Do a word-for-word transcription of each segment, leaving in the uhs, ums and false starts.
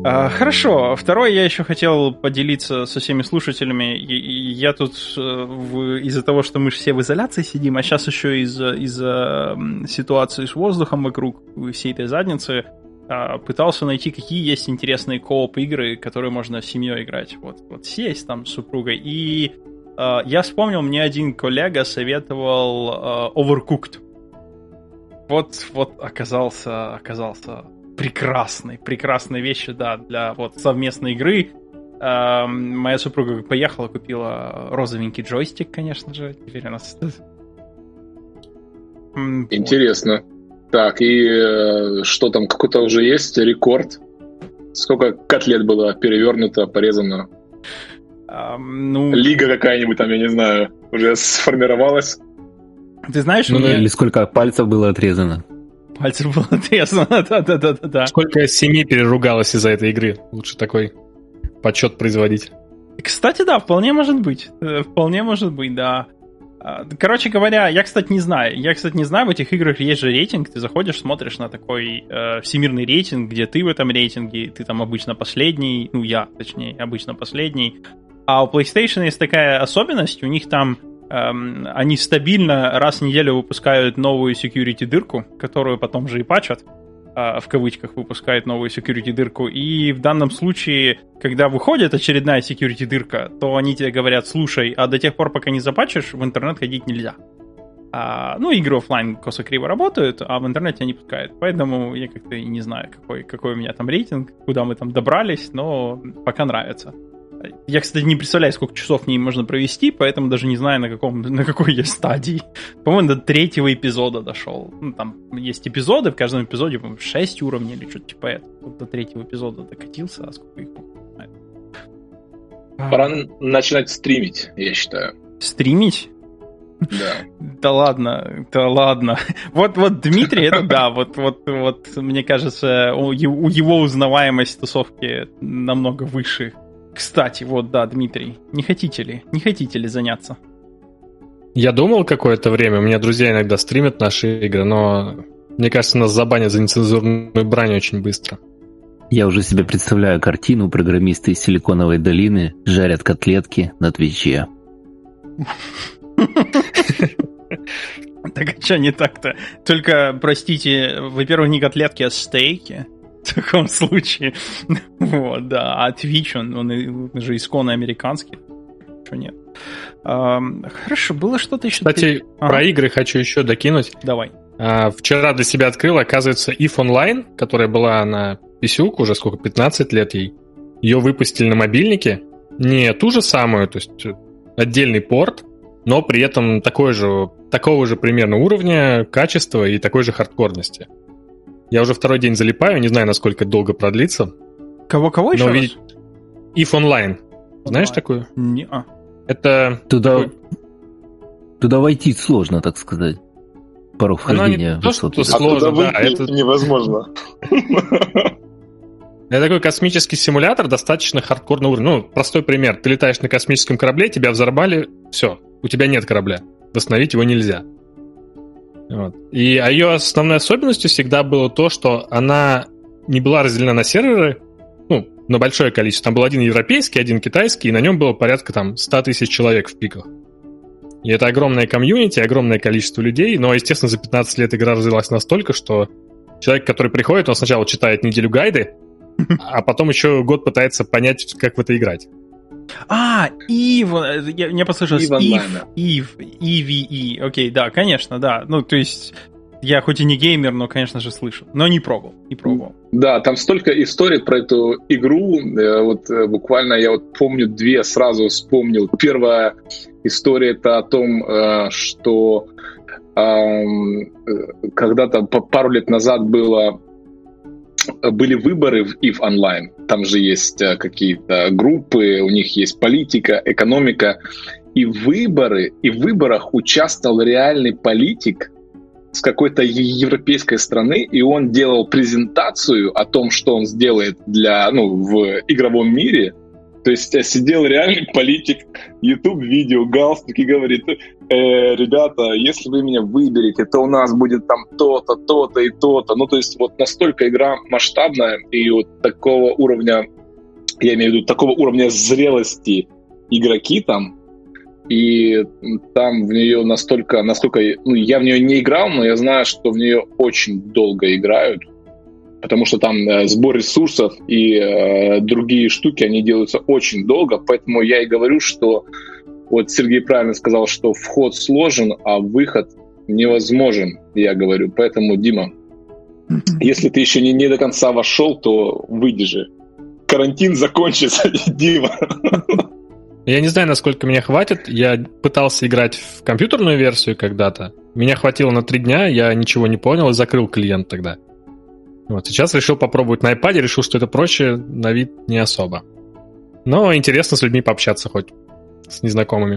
А, хорошо. Второе, я еще хотел поделиться со всеми слушателями. Я тут в, из-за того, что мы все в изоляции сидим, а сейчас еще из-за, из-за ситуации с воздухом вокруг всей этой задницы, пытался найти, какие есть интересные кооп-игры, которые можно с семьей играть. Вот, вот сесть там с супругой. И э, я вспомнил, мне один коллега советовал э, Overcooked. Вот, вот оказался, оказался прекрасной, прекрасной вещью, да, для вот совместной игры. Э, моя супруга поехала, купила розовенький джойстик, конечно же. Теперь у нас... Интересно. Так, и э, что там, какой-то уже есть рекорд? Сколько котлет было перевернуто, порезано? Um, ну... Лига какая-нибудь там, я не знаю, уже сформировалась? Ты знаешь, ну, мне... или сколько пальцев было отрезано? Пальцев было отрезано, да-да-да-да. Сколько семей переругалось из-за этой игры? Лучше такой подсчет производить. Кстати, да, вполне может быть. Вполне может быть, да. Короче говоря, я, кстати, не знаю. Я, кстати, не знаю, в этих играх есть же рейтинг. Ты заходишь, смотришь на такой э, всемирный рейтинг, где ты в этом рейтинге, ты там обычно последний, ну, я, точнее, обычно последний. А у PlayStation есть такая особенность, у них там эм, они стабильно раз в неделю выпускают новую security-дырку, которую потом же и патчат. В кавычках выпускает новую security-дырку, и в данном случае, когда выходит очередная security-дырка, то они тебе говорят: слушай, а до тех пор, пока не запатчишь, в интернет ходить нельзя. А, ну, игры офлайн косо-криво работают, а в интернете не пускают. Поэтому я как-то не знаю, какой, какой у меня там рейтинг, куда мы там добрались, но пока нравится. Я, кстати, не представляю, сколько часов в ней можно провести, поэтому даже не знаю, на, каком, на какой я стадии. По-моему, до третьего эпизода дошел. Ну, там есть эпизоды, в каждом эпизоде, по-моему, шесть уровней или что-то типа этого. Вот до третьего эпизода докатился, а сколько их не знаю. Пора начинать стримить, я считаю. Стримить? Да. Да ладно, да ладно. Вот, вот Дмитрий, это да, вот, вот, вот, мне кажется, у его узнаваемость тусовки намного выше. Кстати, вот, да, Дмитрий, не хотите ли, не хотите ли заняться? Я думал какое-то время, у меня друзья иногда стримят наши игры, но мне кажется, нас забанят за нецензурную брань очень быстро. Я уже себе представляю картину: программисты из Силиконовой долины жарят котлетки на Твиче. Так а что не так-то? Только, простите, во-первых, не котлетки, а стейки. В таком случае. Вот, да. А Twitch, он, он, он же исконно американский. Что нет. А, хорошо, было что-то еще... Кстати, ага. Про игры хочу еще докинуть. Давай. А, вчера для себя открыл, оказывается, иф Online, которая была на пи си ю, уже сколько, пятнадцать лет ей. Ее выпустили на мобильнике. Не ту же самую, то есть отдельный порт, но при этом такой же, такого же примерно уровня, качества и такой же хардкорности. Я уже второй день залипаю, не знаю, насколько долго продлится. Кого-кого еще раз? Вид... иф Online. Знаешь Online. Такую? Не-а. Это... Туда... Такой... Туда войти сложно, так сказать. Порог вхождения высокий. А туда выйти это... невозможно. Это такой космический симулятор, достаточно хардкорный уровень. Ну, простой пример. Ты летаешь на космическом корабле, тебя взорвали, все, у тебя нет корабля. Восстановить его нельзя. Вот. И а ее основной особенностью всегда было то, что она не была разделена на серверы, ну, на большое количество. Там был один европейский, один китайский, и на нем было порядка там сто тысяч человек в пиках. И это огромное комьюнити, огромное количество людей, но, естественно, за пятнадцать лет игра развилась настолько, что человек, который приходит, он сначала читает неделю гайды, а потом еще год пытается понять, как в это играть. А, Ив, я, мне послышалось, Ив, Ив, Иви, окей, да, конечно, да, ну, то есть, я хоть и не геймер, но, конечно же, слышал, но не пробовал, не пробовал. Да, там столько историй про эту игру, вот буквально я вот помню две, сразу вспомнил. Первая история — это о том, что когда-то пару лет назад было были выборы в иф Online. Там же есть какие-то группы, у них есть политика, экономика. И выборы, и в выборах участвовал реальный политик с какой-то европейской страны, и он делал презентацию о том, что он сделает для, ну, в игровом мире. То есть сидел реальный политик, YouTube-видео, галстук, и говорит: э, ребята, если вы меня выберете, то у нас будет там то-то, то-то и то-то. Ну, то есть вот настолько игра масштабная и вот такого уровня, я имею в виду, такого уровня зрелости игроки там, и там в нее настолько, настолько, ну, я в нее не играл, но я знаю, что в нее очень долго играют, потому что там э, сбор ресурсов и э, другие штуки, они делаются очень долго, поэтому я и говорю, что вот Сергей правильно сказал, что вход сложен, а выход невозможен, я говорю. Поэтому, Дима, если ты еще не, не до конца вошел, то выйди же. Карантин закончится, Дима. Я не знаю, насколько меня хватит. Я пытался играть в компьютерную версию когда-то. Меня хватило на три дня, я ничего не понял и закрыл клиент тогда. Вот, сейчас решил попробовать на iPad, решил, что это проще, на вид не особо. Но интересно с людьми пообщаться хоть, с незнакомыми.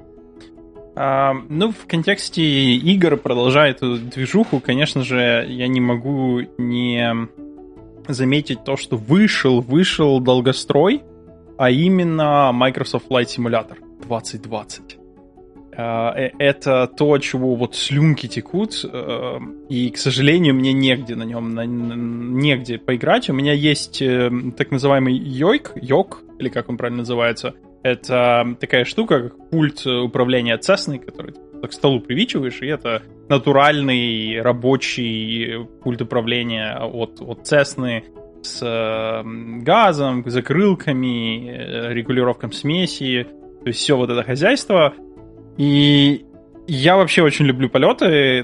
А, ну, в контексте игр, продолжая эту движуху, конечно же, я не могу не заметить то, что вышел, вышел долгострой, а именно Microsoft Flight Simulator двадцать двадцать. Это то, чего вот слюнки текут, и, к сожалению, мне негде на нем, негде поиграть. У меня есть так называемый йойк, йок, или как он правильно называется. Это такая штука, как пульт управления Cessna, который ты к столу привинчиваешь, и это натуральный рабочий пульт управления от, от Cessna с газом, закрылками, регулировкой смеси, то есть все вот это хозяйство. И я вообще очень люблю полеты.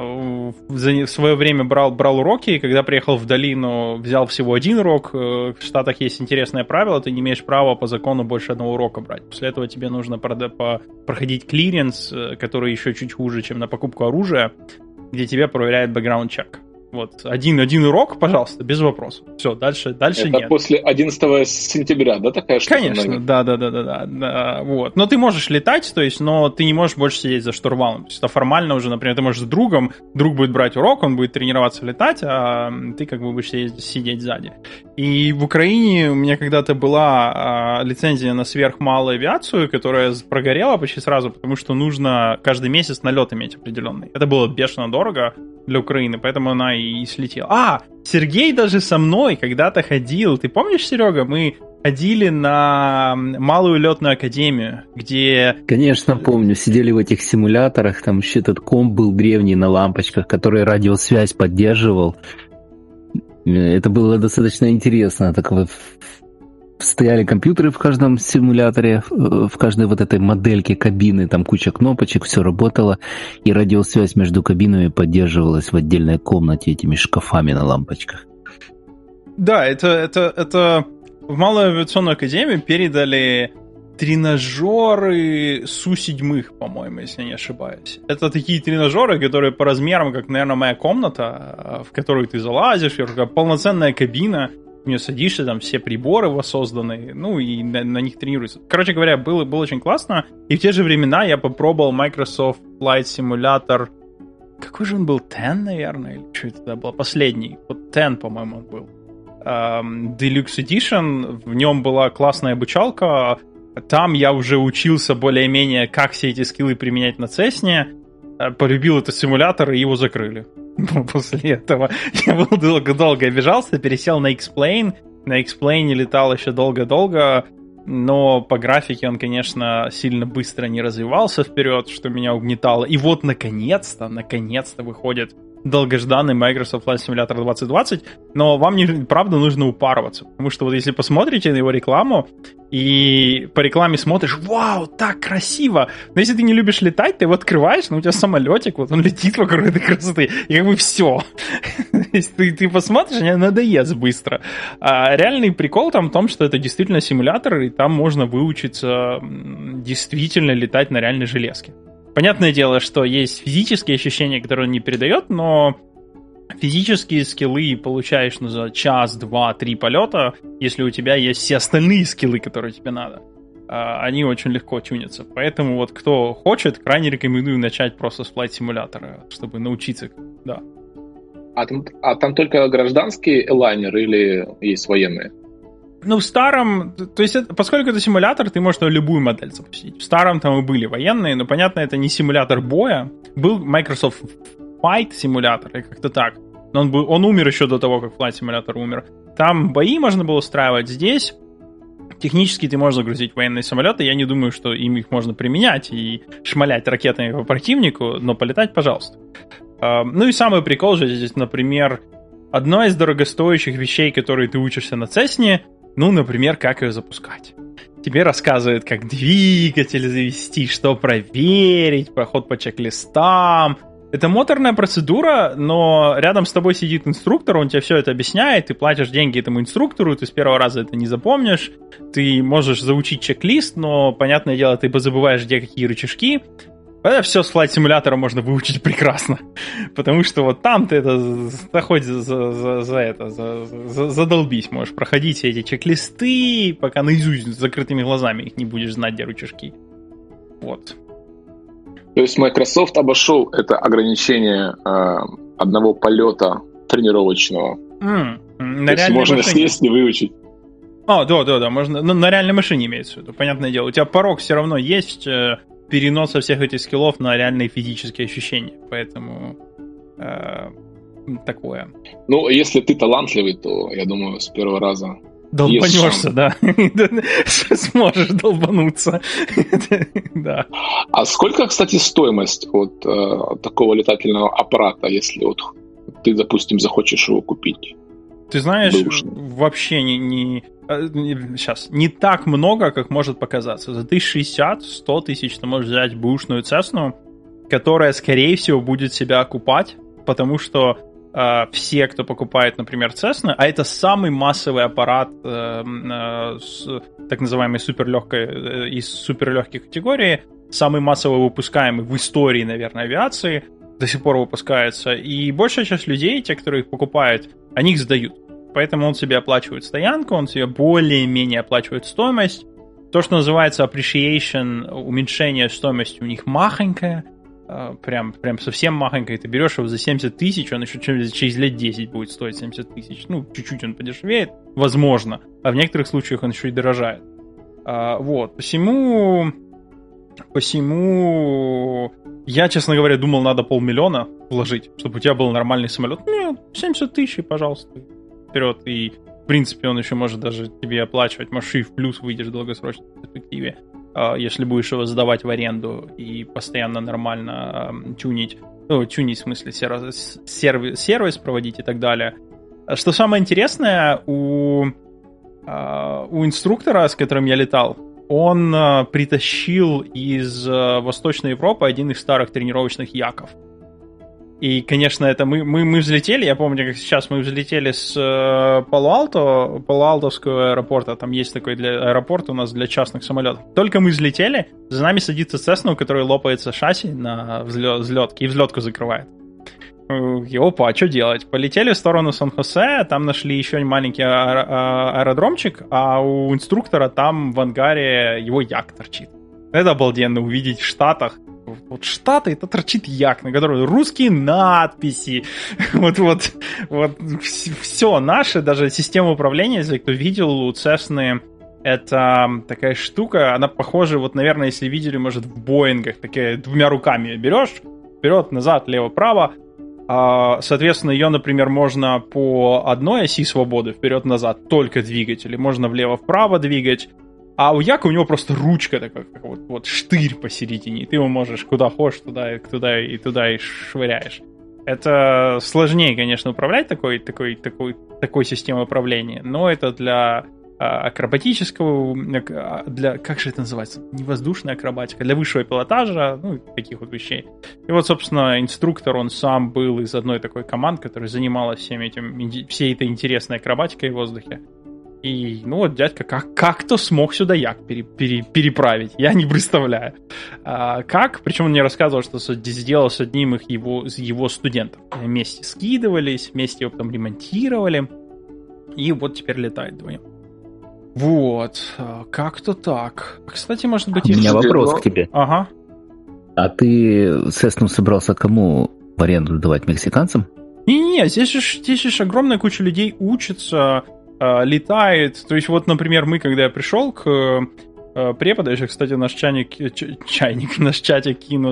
В свое время брал, брал уроки, и когда приехал в долину, взял всего один урок. В Штатах есть интересное правило, ты не имеешь права по закону больше одного урока брать. После этого тебе нужно проходить клиренс, который еще чуть хуже, чем на покупку оружия, где тебя проверяет бэкграунд-чек. Вот, один, один урок, пожалуйста, без вопросов. Все, дальше, дальше это нет. Это после одиннадцатого сентября, да, такая штука? Конечно, да, да, да, да, да, да. Вот. Но ты можешь летать, то есть, но ты не можешь больше сидеть за штурвалом. То есть, это формально уже, например, ты можешь с другом, друг будет брать урок, он будет тренироваться летать, а ты как бы будешь сидеть, сидеть сзади. И в Украине у меня когда-то была а, лицензия на сверхмалую авиацию, которая прогорела почти сразу, потому что нужно каждый месяц налет иметь определенный. Это было бешено дорого для Украины, поэтому она и слетела. А, Сергей даже со мной когда-то ходил. Ты помнишь, Серега, мы ходили на Малую летную академию, где... Конечно, помню. Сидели в этих симуляторах, там еще этот комп был древний на лампочках, который радиосвязь поддерживал. Это было достаточно интересно. Такое... Стояли компьютеры в каждом симуляторе, в каждой вот этой модельке кабины, там куча кнопочек, все работало, и радиосвязь между кабинами поддерживалась в отдельной комнате этими шкафами на лампочках. Да, это, это, это в Малую авиационную академию передали тренажеры Су семь, по-моему, если я не ошибаюсь. Это такие тренажеры, которые по размерам, как, наверное, моя комната, в которую ты залазишь, такая полноценная кабина, в нее садишься, там все приборы воссозданы, ну, и на, на них тренируешься. Короче говоря, было, было очень классно. И в те же времена я попробовал Microsoft Flight Simulator. Какой же он был? десять, наверное? Или что это было? Последний. Вот десять, по-моему, он был. Um, Deluxe Edition. В нем была классная обучалка. Там я уже учился более-менее, как все эти скиллы применять на Cessna. Полюбил этот симулятор, и его закрыли. После этого я был долго-долго обижался, пересел на X-Plane. На X-Plane летал еще долго-долго, но по графике он, конечно, сильно быстро не развивался вперед, что меня угнетало. И вот, наконец-то, наконец-то выходит долгожданный Microsoft Flight Simulator двадцать двадцать, но вам, не, правда, нужно упарываться, потому что вот если посмотрите на его рекламу, и по рекламе смотришь, вау, так красиво, но если ты не любишь летать, ты его открываешь, ну, у тебя самолетик, вот он летит вокруг этой красоты, и как бы все. Если ты, ты посмотришь, мне надоест быстро. А реальный прикол там в том, что это действительно симулятор, и там можно выучиться действительно летать на реальной железке. Понятное дело, что есть физические ощущения, которые он не передает, но физические скиллы получаешь ну, за час, два, три полета, если у тебя есть все остальные скиллы, которые тебе надо. Они очень легко тюнятся. Поэтому вот кто хочет, крайне рекомендую начать просто с Flight Simulator, чтобы научиться. Да. А там, а там только гражданские элайнеры или есть военные? Ну, в старом, то есть, это, поскольку это симулятор, ты можешь любую модель запустить. В старом там и были военные, но, понятно, это не симулятор боя. Был Microsoft Flight симулятор, или как-то так. Но он, был, он умер еще до того, как Flight симулятор умер. Там бои можно было устраивать. Здесь технически ты можешь загрузить военные самолеты. Я не думаю, что им их можно применять и шмалять ракетами по противнику, но полетать, пожалуйста. Ну и самый прикол же здесь, например, одна из дорогостоящих вещей, которые ты учишься на Цесне, ну, например, как ее запускать. Тебе рассказывают, как двигатель завести, что проверить, проход по чек-листам. Это моторная процедура, но рядом с тобой сидит инструктор, он тебе все это объясняет, ты платишь деньги этому инструктору, ты с первого раза это не запомнишь, ты можешь заучить чек-лист, но, понятное дело, ты позабываешь, где какие рычажки. Это все с Flight Simulator можно выучить прекрасно, потому что вот там ты это хоть за, за, за это за, за, задолбись, можешь проходить все эти чек-листы, пока наизусть с закрытыми глазами их не будешь знать, где рычажки. Вот. То есть Microsoft обошел это ограничение э, одного полета тренировочного. Mm, на То есть можно сесть и выучить. А, да, да, да, можно. На, на реальной машине имеется в виду, понятное дело. У тебя порог все равно есть э, переноса всех этих скиллов на реальные физические ощущения. Поэтому э, такое. Ну, если ты талантливый, то, я думаю, с первого раза долбанешься, да. Сможешь долбануться. Да. А сколько, кстати, стоимость от э, такого летательного аппарата, если вот ты, допустим, захочешь его купить? Ты знаешь, бэушный. Вообще не, не, не... Сейчас. Не так много, как может показаться. За тысяча шестьдесят - сто тысяч ты можешь взять бэушную Цесну, которая, скорее всего, будет себя окупать, потому что все, кто покупает, например, Cessna, а это самый массовый аппарат э, э, с так называемой суперлегкой, э, из суперлегкой категории, самый массово выпускаемый в истории, наверное, авиации, до сих пор выпускается. И большая часть людей, те, которые их покупают, они их сдают. Поэтому он себе оплачивает стоянку, он себе более-менее оплачивает стоимость. То, что называется appreciation, уменьшение стоимости у них махонькое, Прям, прям совсем махонький, ты берешь его за семьдесят тысяч, он еще через лет десять будет стоить семьдесят тысяч. Ну, чуть-чуть он подешевеет, возможно, а в некоторых случаях он еще и дорожает. А, вот, посему, посему я, честно говоря, думал, надо полмиллиона вложить, чтобы у тебя был нормальный самолет. Нет, семьдесят тысяч, пожалуйста, вперед. И, в принципе, он еще может даже тебе оплачивать, может, и в плюс выйдешь в долгосрочной перспективе, если будешь его сдавать в аренду и постоянно нормально э, тюнить, ну, тюнить в смысле сервис, сервис, сервис проводить и так далее. Что самое интересное, у, э, у инструктора, с которым я летал, он э, притащил из э, Восточной Европы один из старых тренировочных яков. И, конечно, это мы, мы, мы взлетели, я помню, как сейчас мы взлетели с э, Пало-Алто, Пало-Алтовского аэропорта, там есть такой для, аэропорт у нас для частных самолетов. Только мы взлетели, за нами садится Cessna, у которой лопается шасси на взлет, взлетке и взлетку закрывает. И, опа, а что делать? Полетели в сторону Сан-Хосе, там нашли еще маленький аэ- аэродромчик, а у инструктора там в ангаре его як торчит. Это обалденно увидеть в Штатах. Вот Штаты, это торчит як, на котором русские надписи. Вот, вот, вот все наше, даже система управления, если кто видел, у Cessna это такая штука, она похожа, вот, наверное, если видели, может, в Боингах, такая двумя руками берешь, вперед, назад, лево, право. Соответственно, ее, например, можно по одной оси свободы, вперед-назад, только двигать, или можно влево-вправо двигать. А у Яка у него просто ручка такая, как вот, вот штырь посередине, и ты его можешь куда хочешь, туда, туда и туда и швыряешь. Это сложнее, конечно, управлять такой, такой, такой, такой системой управления, но это для а, акробатического, для, как же это называется, не воздушная акробатика, для высшего пилотажа, ну, таких вот вещей. И вот, собственно, инструктор, он сам был из одной такой команды, которая занималась всем этим, всей этой интересной акробатикой в воздухе. И, ну вот, дядька как- как-то смог сюда як пере- пере- переправить. Я не представляю. А, как? Причем он мне рассказывал, что сделал с одним из его, из его студентов. Вместе скидывались, вместе его потом ремонтировали. И вот теперь летает вдвоем. Вот. Как-то так. Кстати, может быть... У меня и... вопрос к тебе. Ага. А ты Cessna собрался кому в аренду давать? Мексиканцам? Не-не-не, здесь же, здесь же огромная куча людей учится... э, летает. То есть вот, например, мы, когда я пришел к э, преподу, еще, кстати, наш чайник, ч, чайник, наш чатик кинул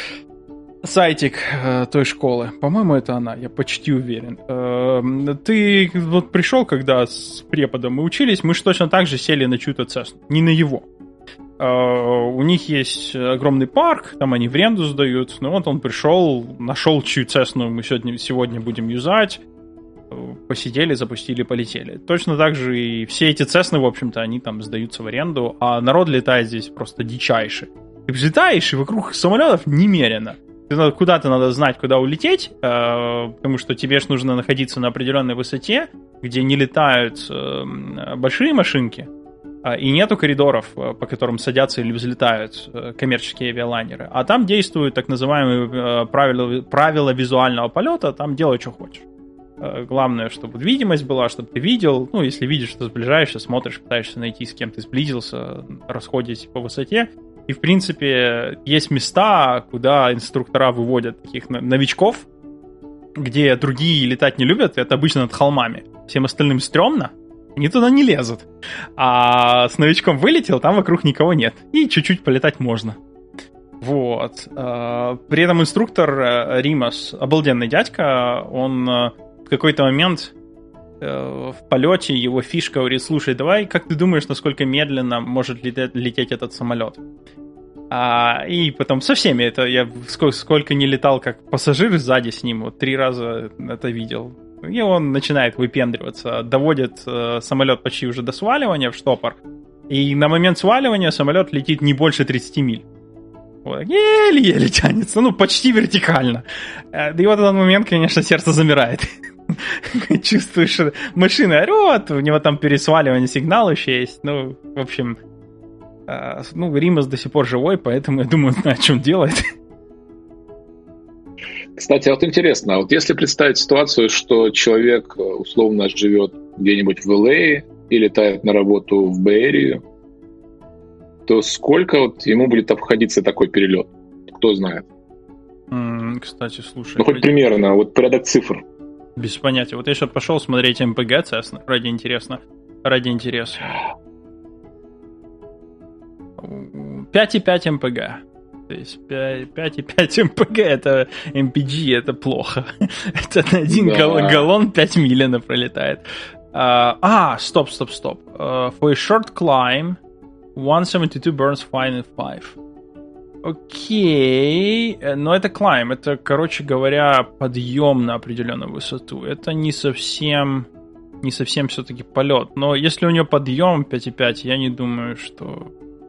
сайтик э, той школы. По-моему, это она, я почти уверен. Э, ты вот пришел, когда с преподом мы учились, мы же точно так же сели на чью-то Цесну, не на его. Uh, у них есть огромный парк, там они в аренду сдают. Ну вот он пришел, нашел чью Цесну мы сегодня, сегодня будем юзать, посидели, запустили, полетели. Точно так же и все эти Цесны, в общем-то, они там сдаются в аренду, а народ летает здесь просто дичайший. Ты взлетаешь, и вокруг самолетов немерено. Ты, куда-то надо знать, куда улететь, uh, потому что тебе ж нужно находиться на определенной высоте, где не летают uh, большие машинки, и нету коридоров, по которым садятся или взлетают коммерческие авиалайнеры. А там действуют так называемые правила, правила визуального полета, там делай, что хочешь. Главное, чтобы видимость была, чтобы ты видел. Ну, если видишь, что сближаешься, смотришь, пытаешься найти, с кем ты сблизился, расходитесь по высоте. И, в принципе, есть места, куда инструктора выводят таких новичков, где другие летать не любят, это обычно над холмами. Всем остальным стрёмно, они туда не лезут. А с новичком вылетел, там вокруг никого нет. И чуть-чуть полетать можно. Вот. При этом инструктор Римас, обалденный дядька, он в какой-то момент в полете, его фишка говорит: слушай, давай, как ты думаешь, насколько медленно может лететь, лететь этот самолет? А, и потом со всеми это, я сколько, сколько не летал как пассажир сзади с ним, вот три раза это видел. И он начинает выпендриваться, доводит э, самолет почти уже до сваливания в штопор, и на момент сваливания самолет летит не больше тридцать миль. Вот, еле-еле тянется, ну, почти вертикально. И вот в этот момент, конечно, сердце замирает. Чувствуешь, что машина орет, у него там пересваливание сигнала еще есть. Ну, в общем, э, ну, Римас до сих пор живой, поэтому, я думаю, знает, что он делает. Кстати, вот интересно, вот если представить ситуацию, что человек условно живет где-нибудь в эл эй и летает на работу в Бэй-Эрию, то сколько вот ему будет обходиться такой перелет? Кто знает? Mm, кстати, слушай... Ну, хоть ведь... примерно, вот порядок цифр. Без понятия. Вот я сейчас пошел смотреть эм пэ гэ Cessna, ради интересно. Ради интереса. пять и пять эм пэ гэ. То есть пять и пять эм пэ гэ это эм пи джи, это плохо. Это на один да. гал- галлон пять миль она пролетает. Uh, а, стоп, стоп, стоп. Uh, for a short climb, one seventy-two burns fine in five. Окей. Но это climb. Это, короче говоря, подъем на определенную высоту. Это не совсем... Не совсем все-таки полет. Но если у нее подъем пять и пять, я не думаю, что...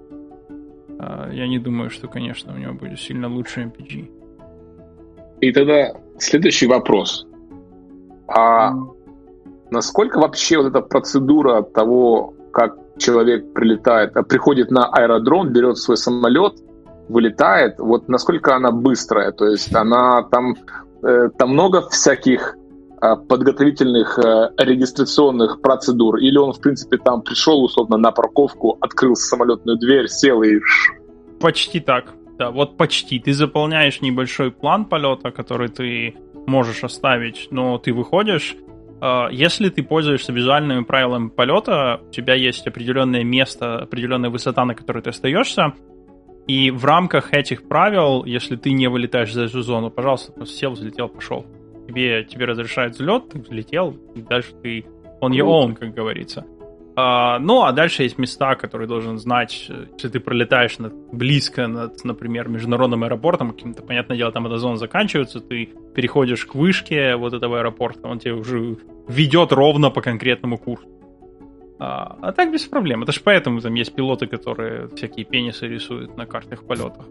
Я не думаю, что, конечно, у него будет сильно лучше эм пи джи. И тогда следующий вопрос. А насколько вообще вот эта процедура того, как человек прилетает, приходит на аэродром, берет свой самолет, вылетает, вот насколько она быстрая? То есть она там, там много всяких подготовительных регистрационных процедур, или он, в принципе, там пришел, условно, на парковку, открыл самолетную дверь, сел и... Почти так, да, вот почти. Ты заполняешь небольшой план полета, который ты можешь оставить, но ты выходишь. Если ты пользуешься визуальными правилами полета, у тебя есть определенное место, определенная высота, на которой ты остаешься, и в рамках этих правил, если ты не вылетаешь за эту зону, пожалуйста, просто сел, взлетел, пошел. Тебе, тебе разрешают взлет, ты взлетел, и дальше ты on your own, как говорится. А, ну, а дальше есть места, которые должен знать, если ты пролетаешь над, близко над, например, международным аэропортом, каким-то, понятное дело, там эта зона заканчивается, ты переходишь к вышке вот этого аэропорта, он тебя уже ведет ровно по конкретному курсу. А, а так без проблем. Это же поэтому там есть пилоты, которые всякие пенисы рисуют на картах полетов.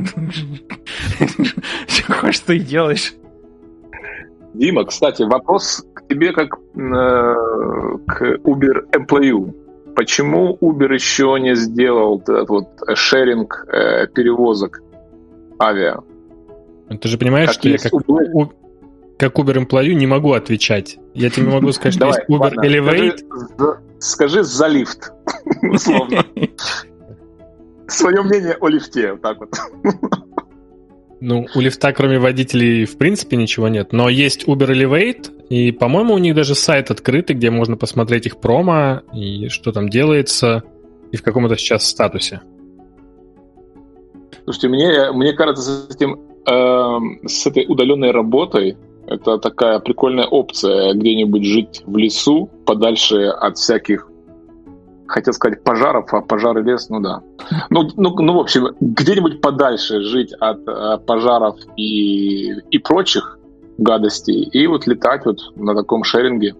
Что хочешь, ты и делаешь. Дима, кстати, вопрос к тебе как э, к Uber Employee. Почему Uber еще не сделал этот вот шеринг э, перевозок авиа? Ты же понимаешь, как что я как, Uber... У, как Uber Employee не могу отвечать. Я тебе могу сказать, что есть Uber Elevate. Скажи за лифт, условно. Свое мнение о лифте, вот так вот. Ну, у лифта, кроме водителей, в принципе ничего нет. Но есть Uber Elevate, и, по-моему, у них даже сайт открытый, где можно посмотреть их промо, и что там делается, и в каком это сейчас статусе. Слушайте, мне, мне кажется, с, этим, э, с этой удаленной работой это такая прикольная опция где-нибудь жить в лесу, подальше от всяких, хотел сказать, пожаров, а пожар и лес, ну да. Ну, ну, ну в общем, где-нибудь подальше жить от э, пожаров и, и прочих гадостей, и вот летать вот на таком шеринге.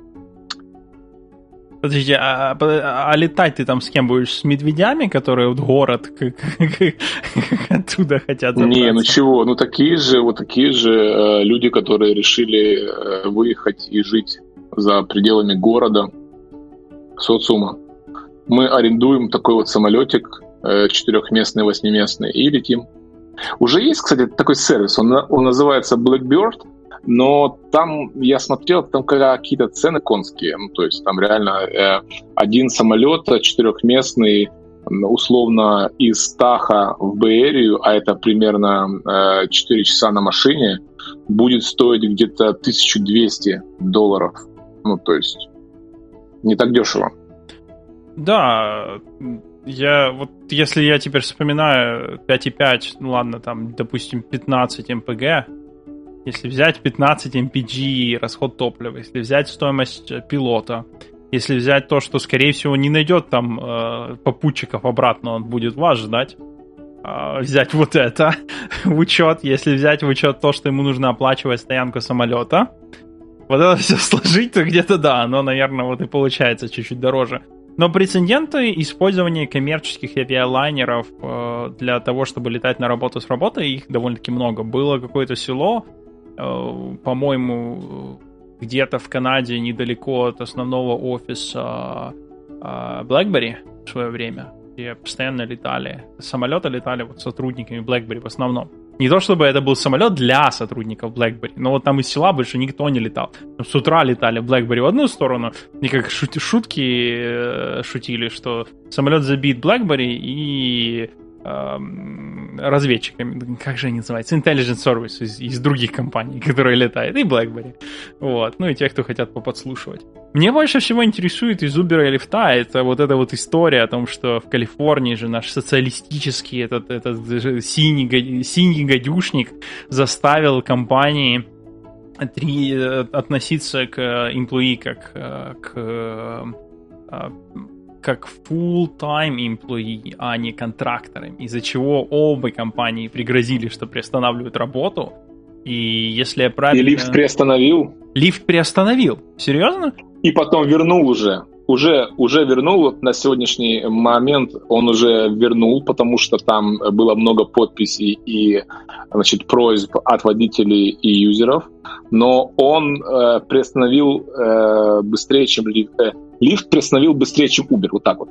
Подожди, а, а, а летать ты там с кем будешь? С медведями, которые вот город как, как, оттуда хотят забраться? Не, ну чего, ну такие же, вот такие же э, люди, которые решили э, выехать и жить за пределами города, социума. Мы арендуем такой вот самолетик э, четырехместный, восьмиместный и летим. Уже есть, кстати, такой сервис, он, он называется Blackbird, но там, я смотрел, там какие-то цены конские, ну, то есть там реально э, один самолет четырехместный, условно, из Таха в Бэй-Эрию, а это примерно э, четыре часа на машине, будет стоить где-то тысяча двести долларов. Ну, то есть не так дешево. Да, я вот если я теперь вспоминаю пять и пять, ну ладно, там, допустим, пятнадцать эм пэ гэ, если взять пятнадцать эм пи джи расход топлива, если взять стоимость пилота, если взять то, что, скорее всего, не найдет там э, попутчиков обратно, он будет вас ждать, э, взять вот это в учет, если взять в учет то, что ему нужно оплачивать стоянку самолета, вот это все сложить, то где-то да, оно, наверное, вот и получается чуть-чуть дороже. Но прецеденты использования коммерческих авиалайнеров э, для того, чтобы летать на работу с работы, их довольно-таки много. Было какое-то село, э, по-моему, где-то в Канаде, недалеко от основного офиса э, BlackBerry в свое время, где постоянно летали, самолеты летали вот сотрудниками BlackBerry в основном. Не то чтобы это был самолет для сотрудников BlackBerry, но вот там из села больше никто не летал. С утра летали BlackBerry в одну сторону, и как шут- шутки шутили, что самолет забит BlackBerry и э, разведчиками, как же они называются, Intelligence Service из, из других компаний, которые летают, и BlackBerry. Вот. Ну и те, кто хотят поподслушивать. Мне больше всего интересует из Uber и лифта это вот эта вот история о том, что в Калифорнии же наш социалистический этот, этот синий, синий гадюшник заставил компании три, относиться к employee как к, как full-time employee, а не контракторам, из-за чего оба компании пригрозили, что приостанавливают работу. И если я правильно... И лифт приостановил? Лифт приостановил. Серьезно? И потом вернул уже. Уже, уже вернул. Вот на сегодняшний момент он уже вернул, потому что там было много подписей и, значит, просьб от водителей и юзеров. Но он э, приостановил э, быстрее, чем лифт. Э, лифт приостановил быстрее, чем Uber. Вот так вот.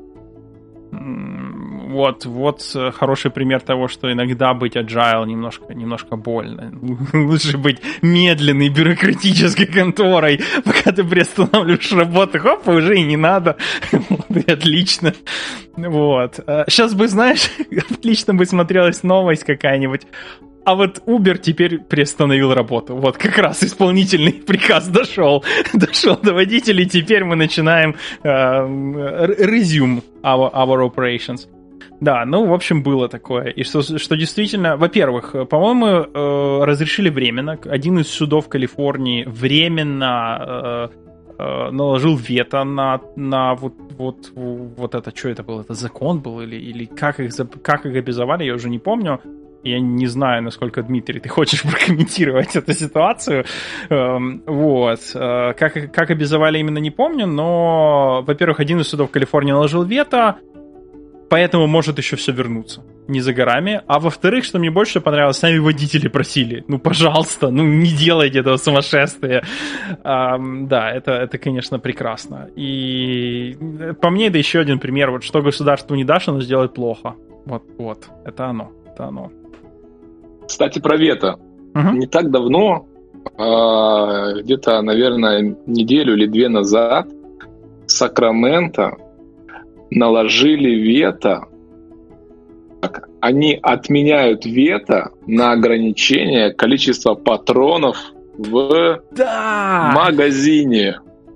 Вот, вот хороший пример того, что иногда быть agile немножко, немножко больно. Лучше быть медленной бюрократической конторой, пока ты приостанавливаешь работу, хоп, уже и не надо. Вот, и отлично. Вот. Сейчас бы, знаешь, отлично бы смотрелась новость какая-нибудь. А вот Uber теперь приостановил работу. Вот как раз исполнительный приказ дошел. Дошел до водителей. Теперь мы начинаем uh, resume our, our operations. Да, ну, в общем, было такое. И что, что действительно, во-первых, по-моему, э, разрешили временно. Один из судов Калифорнии временно э, э, наложил вето на, на вот, вот, вот это, что это был, это закон был или, или как, их, как их обязовали, я уже не помню. Я не знаю, насколько, Дмитрий, ты хочешь прокомментировать эту ситуацию. Эм, вот. Э, как, как обязовали именно, не помню, но, во-первых, один из судов Калифорнии наложил вето, поэтому может еще все вернуться. Не за горами. А во-вторых, что мне больше понравилось, сами водители просили. Ну, пожалуйста, ну не делайте этого сумасшествия. А, да, это, это, конечно, прекрасно. И по мне, это еще один пример. Вот что государству не дашь, оно сделает плохо. Вот, вот. Это оно. Это оно. Кстати, про вето. Угу. Не так давно, где-то, наверное, неделю или две назад, Сакраменто наложили вето они отменяют вето на ограничение количества патронов в да! магазине.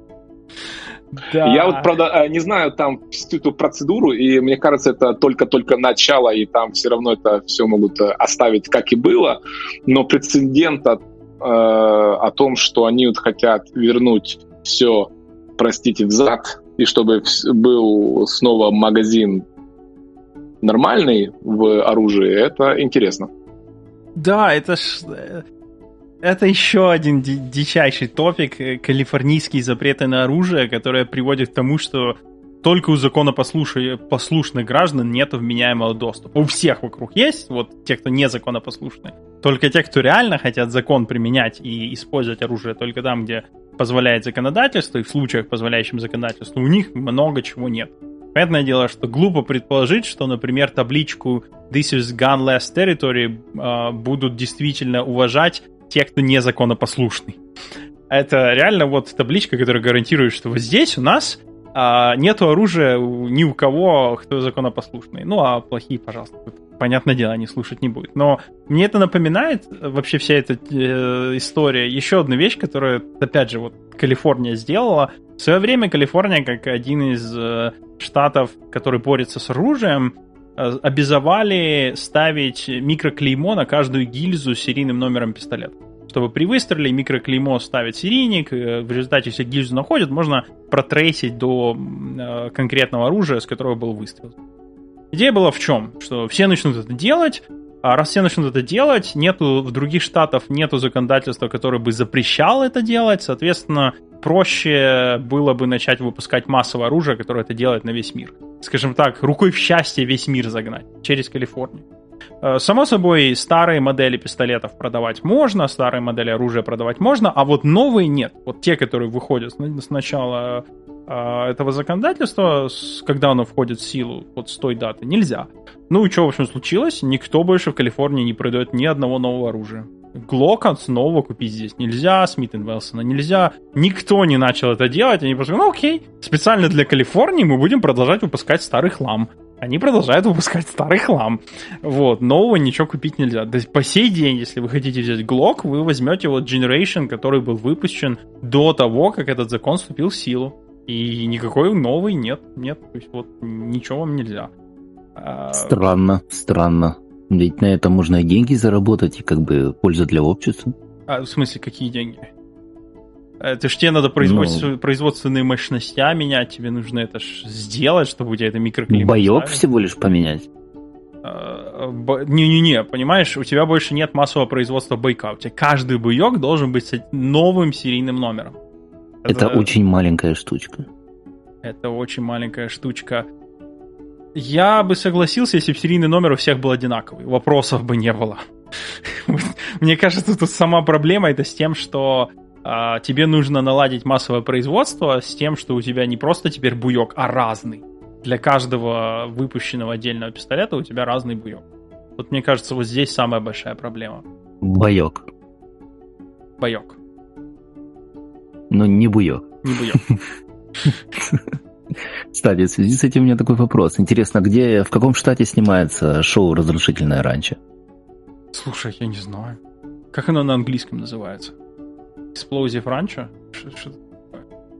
Да. Я вот, правда, не знаю там всю эту процедуру, и мне кажется, это только-только начало, и там все равно это все могут оставить как и было, но прецедент от, э, о том, что они вот хотят вернуть все, простите, взад, и чтобы был снова магазин нормальный в оружии, это интересно. Да, это ж... Это еще один ди- дичайший топик, калифорнийские запреты на оружие, которые приводят к тому, что только у законопослушных граждан нет вменяемого доступа. У всех вокруг есть, вот те, кто не законопослушны. Только те, кто реально хотят закон применять и использовать оружие только там, где позволяет законодательство, и в случаях, позволяющих законодательству, у них много чего нет. Понятное дело, что глупо предположить, что, например, табличку «This is gunless territory» э, будут действительно уважать те, кто незаконопослушный. Это реально вот табличка, которая гарантирует, что вот здесь у нас а, нету оружия ни у кого, кто законопослушный. Ну, а плохие, пожалуйста, понятное дело, они слушать не будут. Но мне это напоминает, вообще вся эта э, история, еще одну вещь, которую, опять же, вот Калифорния сделала. В свое время Калифорния, как один из э, штатов, который борется с оружием, обязовали ставить микроклеймо на каждую гильзу с серийным номером пистолета. Чтобы при выстреле микроклеймо ставит серийник, в результате, если гильзу находят, можно протрейсить до конкретного оружия, с которого был выстрел. Идея была в чем? Что все начнут это делать, а раз все начнут это делать, нету в других штатах нету законодательства, которое бы запрещало это делать, соответственно, проще было бы начать выпускать массовое оружие, которое это делает на весь мир. Скажем так, рукой в счастье весь мир загнать через Калифорнию. Само собой, старые модели пистолетов продавать можно, старые модели оружия продавать можно, а вот новые нет. Вот те, которые выходят с начала этого законодательства, когда оно входит в силу, вот с той даты, нельзя. Ну и что, в общем, случилось? Никто больше в Калифорнии не продает ни одного нового оружия. Глока снова купить здесь нельзя, Смит энд Вессона нельзя. Никто не начал это делать. Они просто говорят, ну окей, специально для Калифорнии мы будем продолжать выпускать старый хлам. Они продолжают выпускать старый хлам. Вот, нового ничего купить нельзя. То есть по сей день, если вы хотите взять Glock, вы возьмете вот Generation, который был выпущен до того, как этот закон вступил в силу. И никакой новый нет. Нет, то есть вот ничего вам нельзя. Странно, странно. Ведь на этом можно и деньги заработать, и как бы польза для общества. А, в смысле, какие деньги? Это ж тебе надо производство, ну, производственные мощности менять, тебе нужно это ж сделать, чтобы у тебя это микроклимат. Боек ставить. Всего лишь поменять. Не-не-не, понимаешь, у тебя больше нет массового производства бойка. У тебя каждый боек должен быть с новым серийным номером. Это, это очень маленькая штучка. Это очень маленькая штучка. Я бы согласился, если бы серийный номер у всех был одинаковый. Вопросов бы не было. Мне кажется, тут сама проблема это с тем, что а, тебе нужно наладить массовое производство, с тем, что у тебя не просто теперь буек, а разный. Для каждого выпущенного отдельного пистолета у тебя разный буек. Вот мне кажется, вот здесь самая большая проблема. Боек. Боек. Но не буек. Не буек. Кстати, в связи с этим у меня такой вопрос. Интересно, где, в каком штате снимается шоу «Разрушительное ранчо»? Слушай, я не знаю. Как оно на английском называется? Explosive Rancho? Что это такое?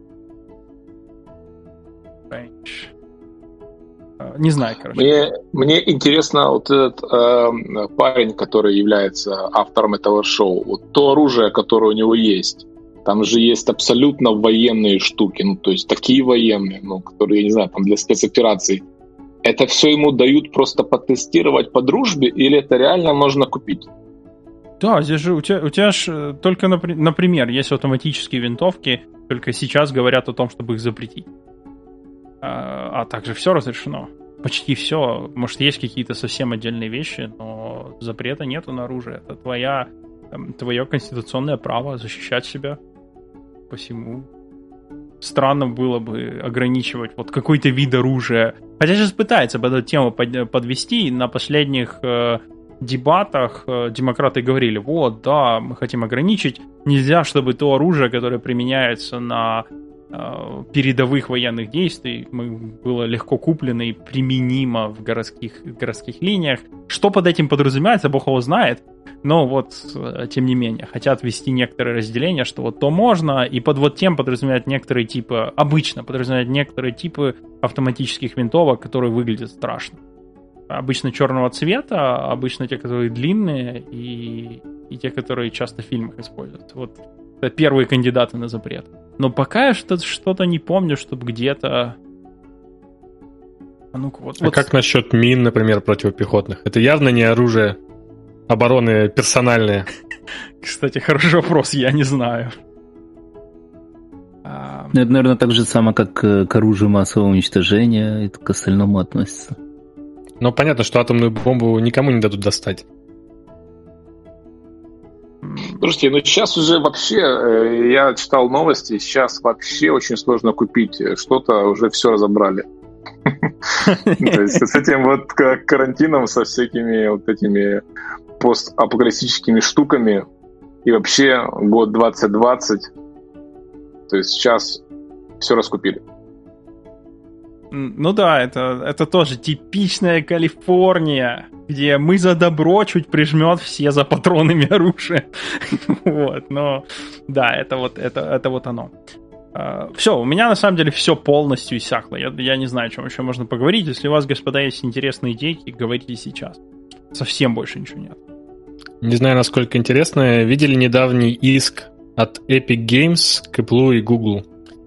Ranch. Не знаю, короче. Мне, мне интересно, вот этот э, парень, который является автором этого шоу, вот то оружие, которое у него есть, там же есть абсолютно военные штуки, ну, то есть такие военные, ну, которые, я не знаю, там для спецопераций. Это все ему дают просто потестировать по дружбе, или это реально можно купить? Да, здесь же у тебя, у тебя же только, например, есть автоматические винтовки, только сейчас говорят о том, чтобы их запретить. А, а также все разрешено. Почти все. Может, есть какие-то совсем отдельные вещи, но запрета нету на оружие. Это твоя, твое конституционное право защищать себя. Посему странно было бы ограничивать вот какой-то вид оружия. Хотя сейчас пытается под эту тему под, подвести. На последних э, дебатах э, демократы говорили, вот, да, мы хотим ограничить. Нельзя, чтобы то оружие, которое применяется на передовых военных действий было легко куплено и применимо в городских, городских линиях. Что под этим подразумевается, бог его знает, но вот, тем не менее, хотят ввести некоторые разделения, что вот то можно, и под вот тем подразумевают некоторые типы, обычно подразумевают некоторые типы автоматических винтовок, которые выглядят страшно. Обычно черного цвета, обычно те, которые длинные, и, и те, которые часто в фильмах используются. Вот это первые кандидаты на запрет. Но пока я что-то, что-то не помню, чтобы где-то... А, ну-ка, вот, а вот... как насчет мин, например, противопехотных? Это явно не оружие обороны персональное. Кстати, хороший вопрос, я не знаю. Ну, это, наверное, так же самое, как к оружию массового уничтожения, это к остальному относится. Но понятно, что атомную бомбу никому не дадут достать. Слушайте, ну сейчас уже вообще, я читал новости, сейчас вообще очень сложно купить что-то, уже все разобрали. То есть с этим вот карантином, со всякими вот этими постапокалиптическими штуками, и вообще год двадцать двадцать, то есть сейчас все раскупили. Ну да, это, это тоже типичная Калифорния, где мы за добро чуть прижмет, все за патронами оружия. Вот, но да, это вот, это, это вот оно. Все, у меня на самом деле все полностью иссякло. Я, я не знаю, о чем еще можно поговорить. Если у вас, господа, есть интересные идейки, говорите сейчас. Совсем больше ничего нет. Не знаю, насколько интересно. Видели недавний иск от Epic Games к Apple и Google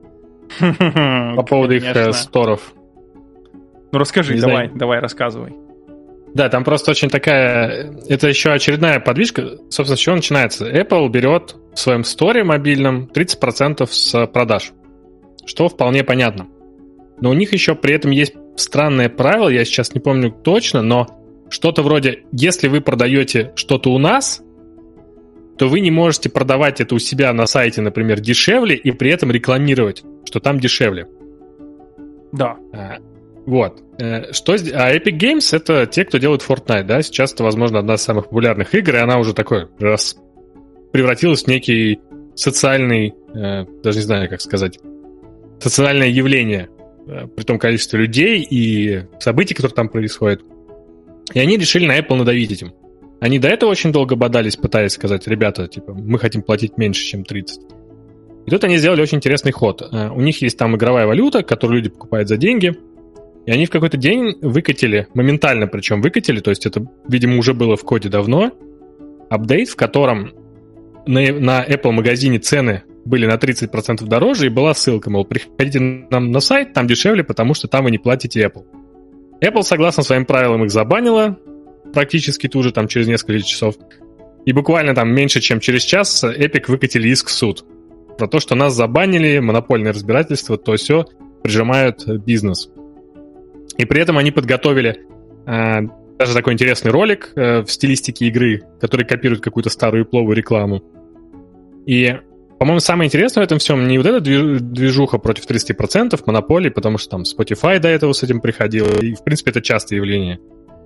по поводу их сторов. Ну расскажи, не давай, знаю. давай, рассказывай. Да, там просто очень такая... Это еще очередная подвижка. Собственно, с чего начинается? Apple берет в своем сторе мобильном тридцать процентов с продаж, что вполне понятно. Но у них еще при этом есть странное правило, я сейчас не помню точно, но что-то вроде, если вы продаете что-то у нас, то вы не можете продавать это у себя на сайте, например, дешевле и при этом рекламировать, что там дешевле. Да. Вот. Что, а Epic Games — это те, кто делает Fortnite, да? Сейчас это, возможно, одна из самых популярных игр, и она уже такой раз превратилась в некий социальный, даже не знаю, как сказать, социальное явление при том количестве людей и событий, которые там происходят. И они решили на Apple надавить этим. Они до этого очень долго бодались, пытаясь сказать, ребята, типа, мы хотим платить меньше, чем тридцать. И тут они сделали очень интересный ход. У них есть там игровая валюта, которую люди покупают за деньги, и они в какой-то день выкатили, моментально причем выкатили, то есть это, видимо, уже было в коде давно, апдейт, в котором на, на Apple магазине цены были на тридцать процентов дороже, и была ссылка, мол, приходите нам на сайт, там дешевле, потому что там вы не платите Apple. Apple, согласно своим правилам, их забанила практически тут же, там, через несколько часов. И буквально там меньше, чем через час Epic выкатили иск в суд про то, что нас забанили, монопольное разбирательство, то все прижимают бизнес. И при этом они подготовили э, даже такой интересный ролик э, в стилистике игры, который копирует какую-то старую пловую рекламу. И, по-моему, самое интересное в этом всем не вот эта движуха против тридцать процентов монополии, потому что там Spotify до этого с этим приходил, и, в принципе, это частое явление.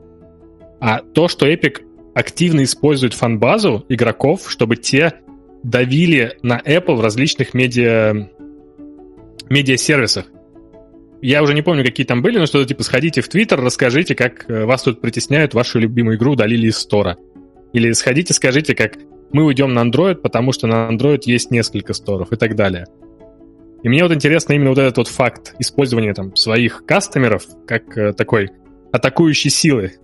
А то, что Epic активно использует фан-базу игроков, чтобы те давили на Apple в различных медиа... медиа-сервисах. Я уже не помню, какие там были, но что-то типа сходите в Twitter, расскажите, как вас тут притесняют, вашу любимую игру удалили из стора. Или сходите, скажите, как мы уйдем на Android, потому что на Android есть несколько сторов и так далее. И мне вот интересно именно вот этот вот факт использования там своих кастомеров как э, такой атакующей силы.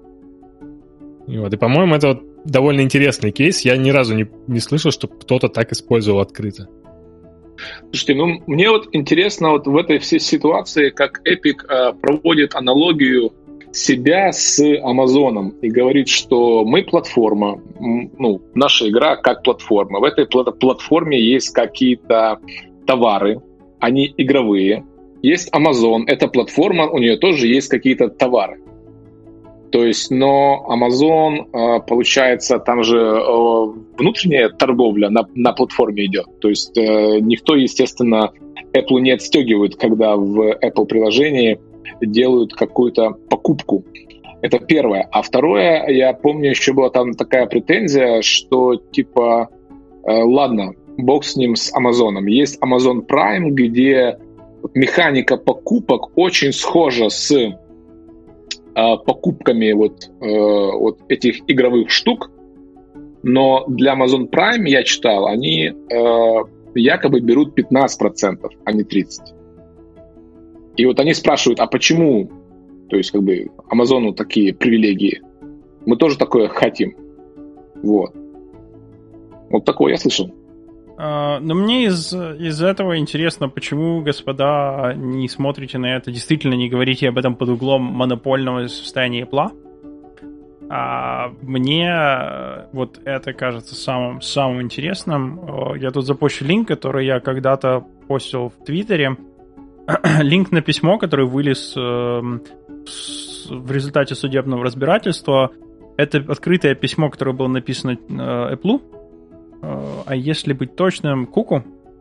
И, вот, и, по-моему, это вот довольно интересный кейс. Я ни разу не, не слышал, чтобы кто-то так использовал открыто. Слушайте, ну мне вот интересно вот в этой всей ситуации, как Epic э, проводит аналогию себя с Амазоном и говорит, что мы платформа, ну, наша игра как платформа. В этой платформе есть какие-то товары, они игровые. Есть Amazon, это платформа, у нее тоже есть какие-то товары. То есть, но Amazon, получается, там же внутренняя торговля на, на платформе идет. То есть никто, естественно, Apple не отстегивает, когда в Apple-приложении делают какую-то покупку. Это первое. А второе, я помню, еще была там такая претензия, что типа, ладно, бог с ним, с Амазоном. Есть Amazon Prime, где механика покупок очень схожа с э, покупками вот, э, вот этих игровых штук, но для Amazon Prime, я читал, они э, якобы берут пятнадцать процентов, а не тридцать процентов. И вот они спрашивают, а почему, то есть как бы Амазону такие привилегии? Мы тоже такое хотим. Вот. Вот такое я слышал. Uh, но мне из, из этого интересно, почему, господа, не смотрите на это, действительно не говорите об этом под углом монопольного состояния Apple. А мне вот это кажется самым, самым интересным. Я тут запущу линк, который я когда-то постил в Твиттере. Линк на письмо, который вылез э, с, в результате судебного разбирательства. Это открытое письмо, которое было написано э, Apple. А если быть точным, Куку,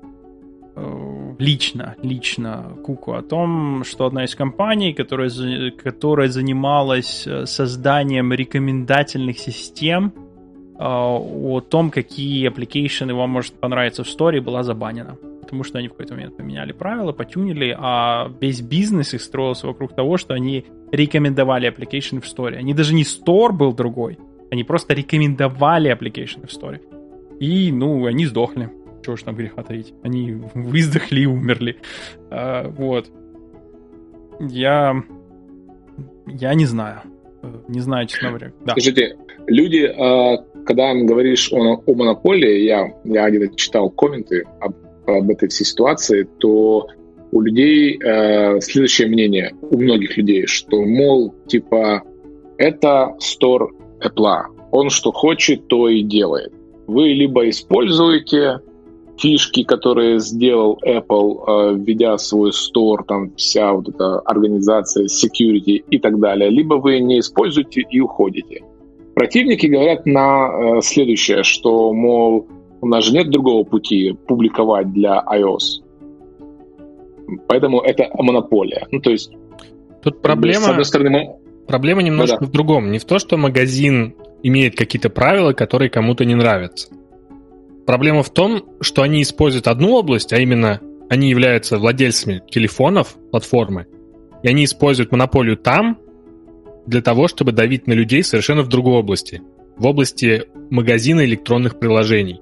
лично, лично Куку, о том, что одна из компаний, которая, которая занималась созданием рекомендательных систем о том, какие application вам может понравиться в Store, была забанена. Потому что они в какой-то момент поменяли правила, потюнили, а весь бизнес их строился вокруг того, что они рекомендовали application в Store. Они даже не Store был другой, они просто рекомендовали application в Store. И, ну, они сдохли. Чего ж там греха таить. Они выздохли и умерли. А, вот. Я... Я не знаю. Не знаю, честно говоря. Да. Скажите, люди, когда говоришь о, о монополии, я, я где-то читал комменты об, об этой всей ситуации, то у людей э, следующее мнение, у многих людей, что, мол, типа, это стор Apple. Он что хочет, то и делает. Вы либо используете фишки, которые сделал Apple, введя свой стор, там вся вот эта организация, security и так далее, либо вы не используете и уходите. Противники говорят на следующее, что, мол, у нас же нет другого пути публиковать для iOS. Поэтому это монополия. Ну, то есть... Тут проблема... С одной стороны... Проблема немножко ну, да. в другом. Не в том, что магазин имеет какие-то правила, которые кому-то не нравятся. Проблема в том, что они используют одну область, а именно они являются владельцами телефонов, платформы, и они используют монополию там для того, чтобы давить на людей совершенно в другой области, в области магазина электронных приложений.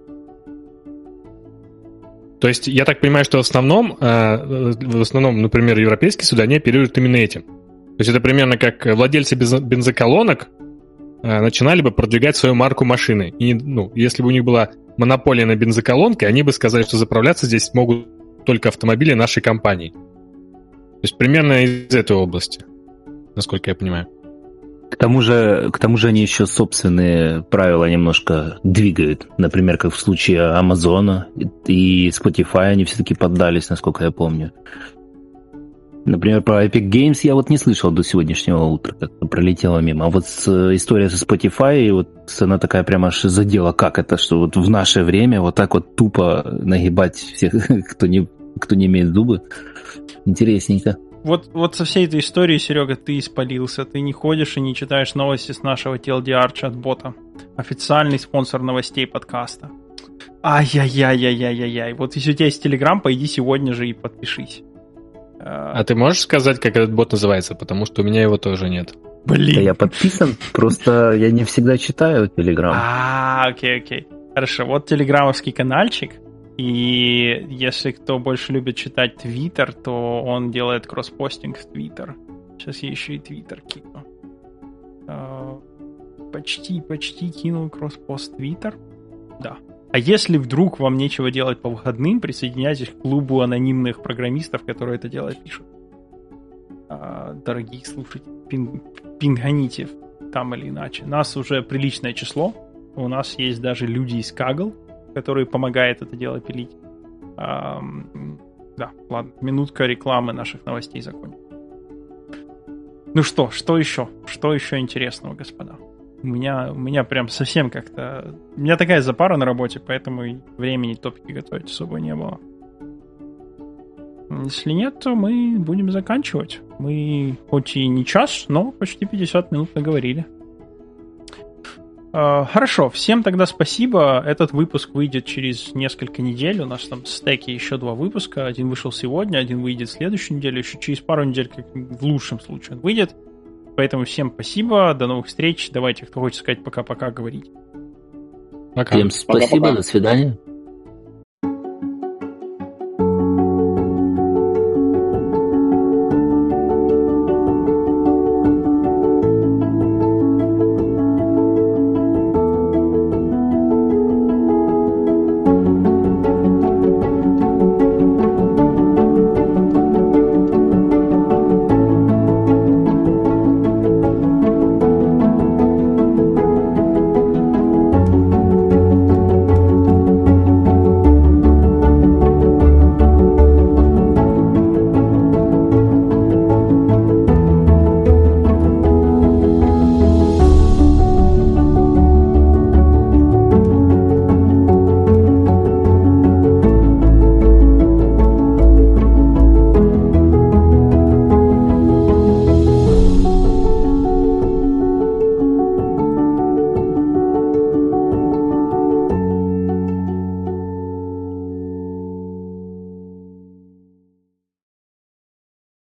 То есть я так понимаю, что в основном, в основном, например, европейские суды, они оперируют именно этим. То есть это примерно как владельцы бензоколонок начинали бы продвигать свою марку машины. И, ну, если бы у них была монополия на бензоколонки, они бы сказали, что заправляться здесь могут только автомобили нашей компании. То есть примерно из этой области, насколько я понимаю. К тому же, к тому же они еще собственные правила немножко двигают. Например, как в случае Амазона и Spotify, они все-таки поддались, насколько я помню. Например, про Epic Games я вот не слышал до сегодняшнего утра, как-то пролетела мимо. А вот с, история со Spotify, вот она такая прямо аж задела, как это, что вот в наше время вот так вот тупо нагибать всех, кто не, кто не имеет зубы. Интересненько. Вот, вот со всей этой историей, Серега, ты испалился. Ты не ходишь и не читаешь новости с нашего ти эл ди ар чат-бота. Официальный спонсор новостей подкаста. Ай-яй-яй-яй-яй-яй. Вот если у тебя есть Telegram, пойди сегодня же и подпишись. А ты можешь сказать, как этот бот называется? Потому что у меня его тоже нет. Блин. Да я подписан, просто я не всегда читаю Telegram. А, окей, окей. Хорошо, вот телеграммовский каналчик. И если кто больше любит читать Twitter, то он делает кросспостинг в Twitter. Сейчас я еще и Twitter кину. Почти, почти кинул кросспост Twitter. Да. А если вдруг вам нечего делать по выходным, присоединяйтесь к клубу анонимных программистов, которые это дело пишут. А, дорогие слушатели, пин, пинганите там или иначе. Нас уже приличное число. У нас есть даже люди из Kaggle, которые помогают это дело пилить. А, да, ладно, минутка рекламы наших новостей закончена. Ну что, что еще? Что еще интересного, господа? У меня, у меня прям совсем как-то... У меня такая запара на работе, поэтому и времени топики готовить особо не было. Если нет, то мы будем заканчивать. Мы хоть и не час, но почти пятьдесят минут наговорили. Хорошо, всем тогда спасибо. Этот выпуск выйдет через несколько недель. У нас там в стеке еще два выпуска. Один вышел сегодня, один выйдет в следующую неделю. Еще через пару недель, как в лучшем случае, он выйдет. Поэтому всем спасибо. До новых встреч. Давайте, кто хочет сказать пока-пока, говорить. Пока. Всем спасибо, пока-пока. До свидания.